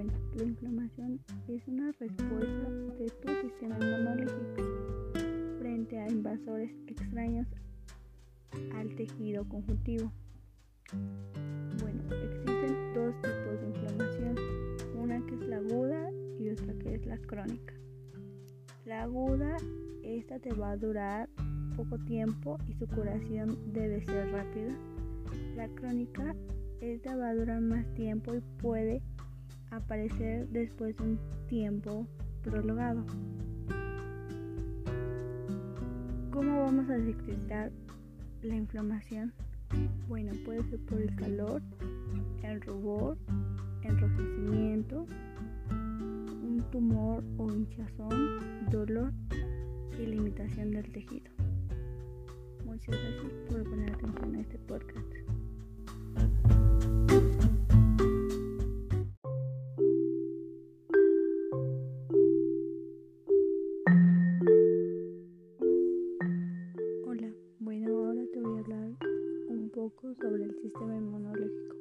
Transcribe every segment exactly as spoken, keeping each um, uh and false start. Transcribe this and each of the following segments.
Bueno, la inflamación es una respuesta de tu sistema inmunológico frente a invasores extraños al tejido conjuntivo. Bueno, existen dos tipos de inflamación, una que es la aguda y otra que es la crónica. La aguda, esta te va a durar poco tiempo y su curación debe ser rápida. La crónica, esta va a durar más tiempo y puede aparecer después de un tiempo prolongado. ¿Cómo vamos a detectar la inflamación? Bueno, puede ser por el calor, el rubor, enrojecimiento, un tumor o hinchazón, dolor y limitación del tejido. Muchas gracias por poner atención a este podcast. Hola, bueno, ahora te voy a hablar un poco sobre el sistema inmunológico.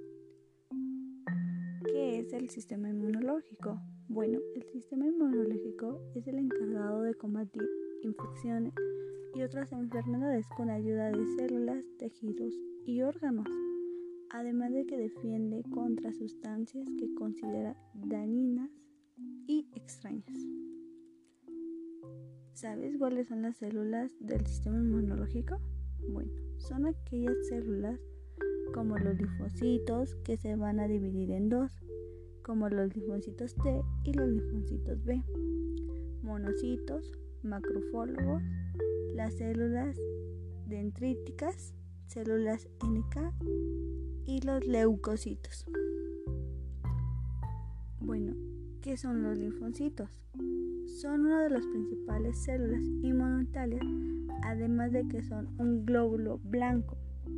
¿Qué es el sistema inmunológico? Bueno, el sistema inmunológico es el encargado de combatir infecciones y otras enfermedades con ayuda de células, tejidos y órganos, además de que defiende contra sustancias que considera dañinas y extrañas. ¿Sabes cuáles son las células del sistema inmunológico? Bueno, son aquellas células como los linfocitos que se van a dividir en dos, como los linfocitos T y los linfocitos B, monocitos, macrófagos, las células dendríticas, células N K y los leucocitos. Bueno, ¿qué son los linfocitos? Son una de las principales células inmunitarias, además de que son un glóbulo blanco.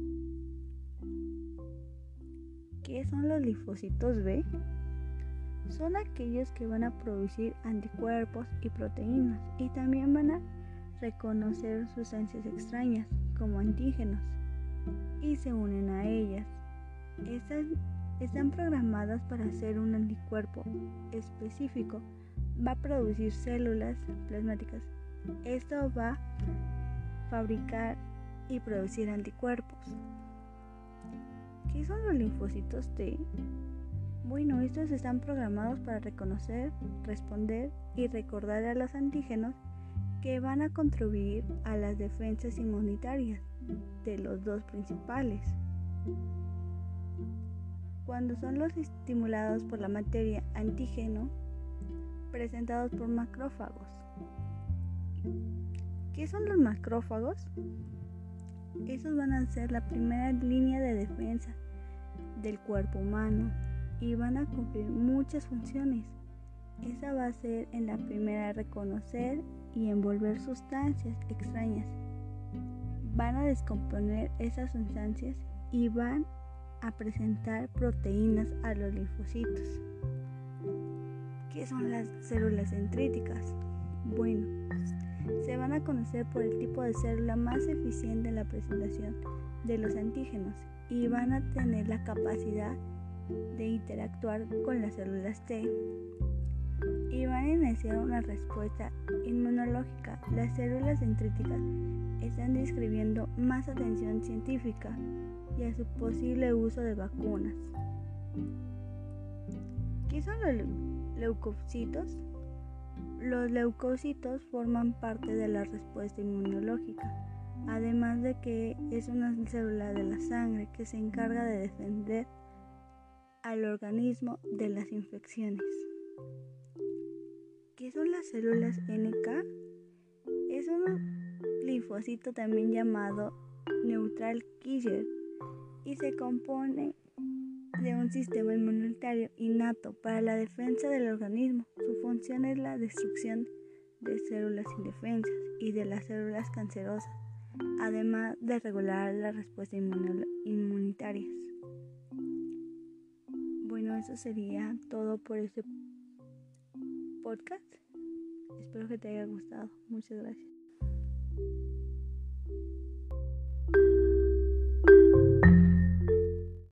¿Qué son los linfocitos B? Son aquellos que van a producir anticuerpos y proteínas y también van a reconocer sustancias extrañas como antígenos y se unen a ellas. Estas están programadas para hacer un anticuerpo específico. Va a producir células plasmáticas. Esto va a fabricar y producir anticuerpos. ¿Qué son los linfocitos T? Bueno, estos están programados para reconocer, responder y recordar a los antígenos que van a contribuir a las defensas inmunitarias de los dos principales. Cuando son los estimulados por la materia antígeno presentados por macrófagos. ¿Qué son los macrófagos? Esos van a ser la primera línea de defensa del cuerpo humano y van a cumplir muchas funciones. Esa va a ser en la primera reconocer y envolver sustancias extrañas. Van a descomponer esas sustancias y van a presentar proteínas a los linfocitos. ¿Qué son las células dendríticas? Bueno, se van a conocer por el tipo de célula más eficiente en la presentación de los antígenos y van a tener la capacidad de interactuar con las células T y van a iniciar una respuesta inmunológica. Las células dendríticas están describiendo más atención científica y a su posible uso de vacunas. ¿Qué son los leucocitos? Los leucocitos forman parte de la respuesta inmunológica, además de que es una célula de la sangre que se encarga de defender al organismo de las infecciones. ¿Qué son las células N K? Es un linfocito también llamado neutral killer y se compone de un sistema inmunitario innato para la defensa del organismo. Su función es la destrucción de células indefensas y de las células cancerosas, además de regular las respuestas inmunitarias. Bueno, eso sería todo por este podcast. Espero que te haya gustado. Muchas gracias.